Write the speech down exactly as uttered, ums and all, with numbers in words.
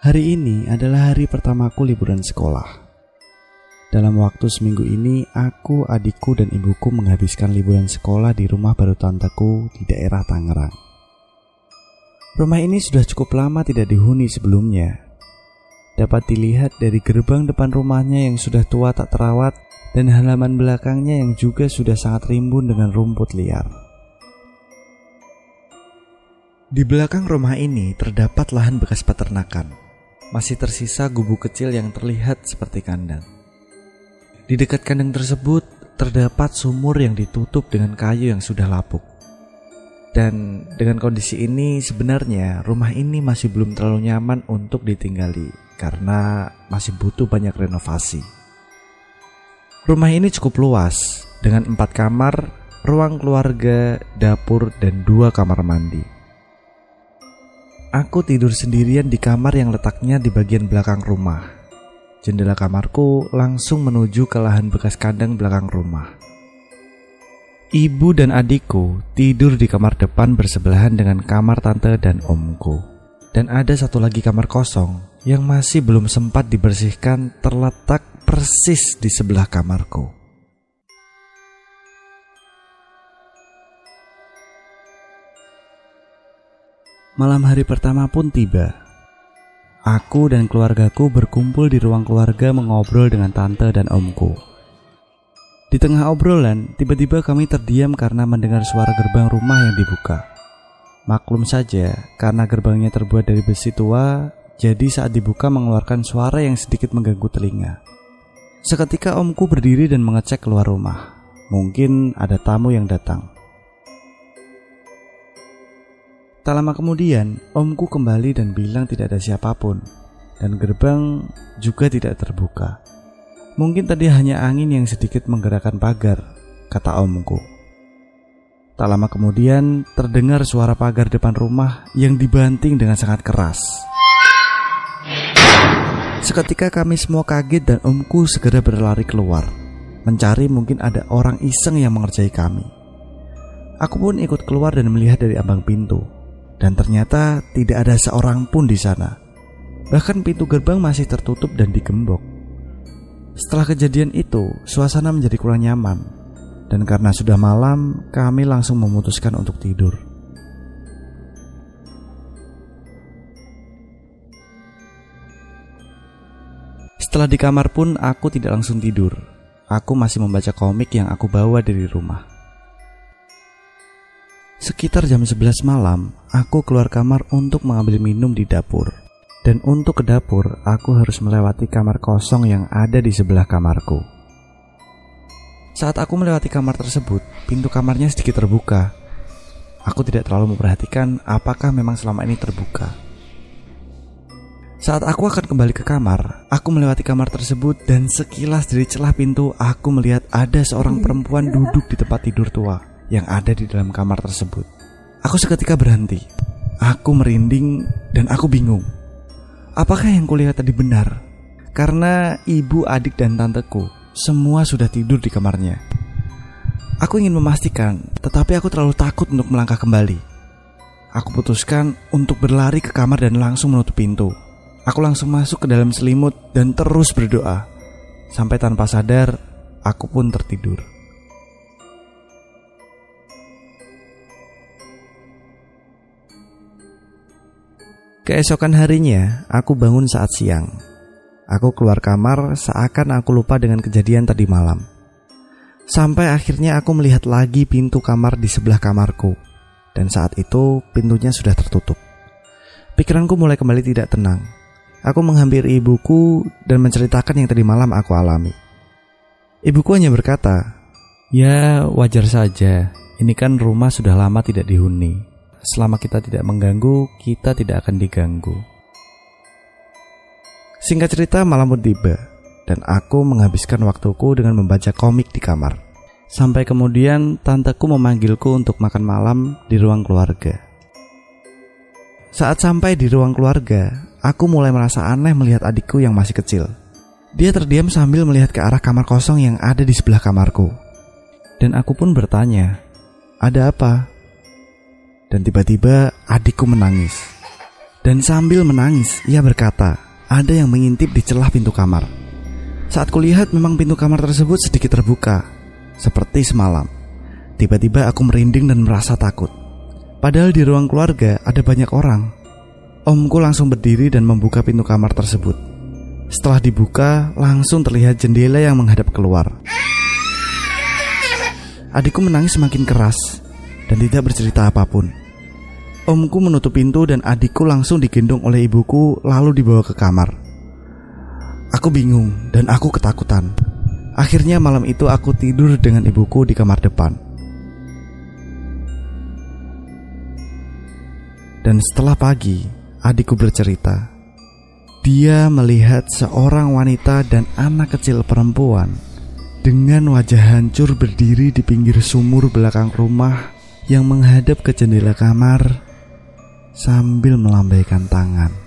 Hari ini adalah hari pertamaku liburan sekolah. Dalam waktu seminggu ini, aku, adikku, dan ibuku menghabiskan liburan sekolah di rumah baru tanteku di daerah Tangerang. Rumah ini sudah cukup lama tidak dihuni sebelumnya. Dapat dilihat dari gerbang depan rumahnya yang sudah tua tak terawat dan halaman belakangnya yang juga sudah sangat rimbun dengan rumput liar. Di belakang rumah ini terdapat lahan bekas peternakan. Masih tersisa gubuk kecil yang terlihat seperti kandang. Di dekat kandang tersebut terdapat sumur yang ditutup dengan kayu yang sudah lapuk. Dan dengan kondisi ini sebenarnya rumah ini masih belum terlalu nyaman untuk ditinggali karena masih butuh banyak renovasi. Rumah ini cukup luas dengan empat kamar, ruang keluarga, dapur, dan dua kamar mandi. Aku tidur sendirian di kamar yang letaknya di bagian belakang rumah. Jendela kamarku langsung menuju ke lahan bekas kandang belakang rumah. Ibu dan adikku tidur di kamar depan bersebelahan dengan kamar tante dan omku. Dan ada satu lagi kamar kosong yang masih belum sempat dibersihkan terletak persis di sebelah kamarku. Malam hari pertama pun tiba. Aku dan keluargaku berkumpul di ruang keluarga mengobrol dengan tante dan omku. Di tengah obrolan, tiba-tiba kami terdiam karena mendengar suara gerbang rumah yang dibuka. Maklum saja, karena gerbangnya terbuat dari besi tua, jadi saat dibuka mengeluarkan suara yang sedikit mengganggu telinga. Seketika omku berdiri dan mengecek keluar rumah. Mungkin ada tamu yang datang. Tak lama kemudian, omku kembali dan bilang tidak ada siapapun, dan gerbang juga tidak terbuka. Mungkin tadi hanya angin yang sedikit menggerakkan pagar, kata omku. Tak lama kemudian, terdengar suara pagar depan rumah yang dibanting dengan sangat keras. Seketika kami semua kaget dan omku segera berlari keluar, mencari mungkin ada orang iseng yang mengerjai kami. Aku pun ikut keluar dan melihat dari ambang pintu. Dan ternyata tidak ada seorang pun di sana. Bahkan pintu gerbang masih tertutup dan digembok. Setelah kejadian itu, suasana menjadi kurang nyaman. Dan karena sudah malam, kami langsung memutuskan untuk tidur. Setelah di kamar pun aku tidak langsung tidur. Aku masih membaca komik yang aku bawa dari rumah. Sekitar jam sebelas malam, aku keluar kamar untuk mengambil minum di dapur. Dan untuk ke dapur, aku harus melewati kamar kosong yang ada di sebelah kamarku. Saat aku melewati kamar tersebut, pintu kamarnya sedikit terbuka. Aku tidak terlalu memperhatikan apakah memang selama ini terbuka. Saat aku akan kembali ke kamar, aku melewati kamar tersebut dan sekilas dari celah pintu aku melihat ada seorang perempuan duduk di tempat tidur tua yang ada di dalam kamar tersebut. Aku seketika berhenti. Aku merinding dan aku bingung. Apakah yang kulihat tadi benar? Karena ibu, adik, dan tanteku semua sudah tidur di kamarnya. Aku ingin memastikan, tetapi aku terlalu takut untuk melangkah kembali. Aku putuskan untuk berlari ke kamar dan langsung menutup pintu. Aku langsung masuk ke dalam selimut dan terus berdoa. Sampai tanpa sadar, aku pun tertidur. Keesokan harinya, aku bangun saat siang. Aku keluar kamar seakan aku lupa dengan kejadian tadi malam. Sampai akhirnya aku melihat lagi pintu kamar di sebelah kamarku. Dan saat itu pintunya sudah tertutup. Pikiranku mulai kembali tidak tenang. Aku menghampiri ibuku dan menceritakan yang tadi malam aku alami. Ibuku hanya berkata, "Ya wajar saja, ini kan rumah sudah lama tidak dihuni. Selama kita tidak mengganggu, kita tidak akan diganggu." Singkat cerita, malam pun tiba dan aku menghabiskan waktuku dengan membaca komik di kamar. Sampai kemudian tanteku memanggilku untuk makan malam di ruang keluarga. Saat sampai di ruang keluarga, aku mulai merasa aneh melihat adikku yang masih kecil. Dia terdiam sambil melihat ke arah kamar kosong yang ada di sebelah kamarku. Dan aku pun bertanya, "Ada apa?" Dan tiba-tiba adikku menangis. Dan sambil menangis, ia berkata, ada yang mengintip di celah pintu kamar. Saat kulihat memang pintu kamar tersebut sedikit terbuka, seperti semalam. Tiba-tiba aku merinding dan merasa takut. Padahal di ruang keluarga ada banyak orang. Omku langsung berdiri dan membuka pintu kamar tersebut. Setelah dibuka, langsung terlihat jendela yang menghadap keluar. Adikku menangis semakin keras dan tidak bercerita apapun. Omku menutup pintu dan adikku langsung digendong oleh ibuku lalu dibawa ke kamar. Aku bingung dan aku ketakutan. Akhirnya malam itu aku tidur dengan ibuku di kamar depan. Dan setelah pagi, adikku bercerita, dia melihat seorang wanita dan anak kecil perempuan dengan wajah hancur berdiri di pinggir sumur belakang rumah yang menghadap ke jendela kamar sambil melambaikan tangan.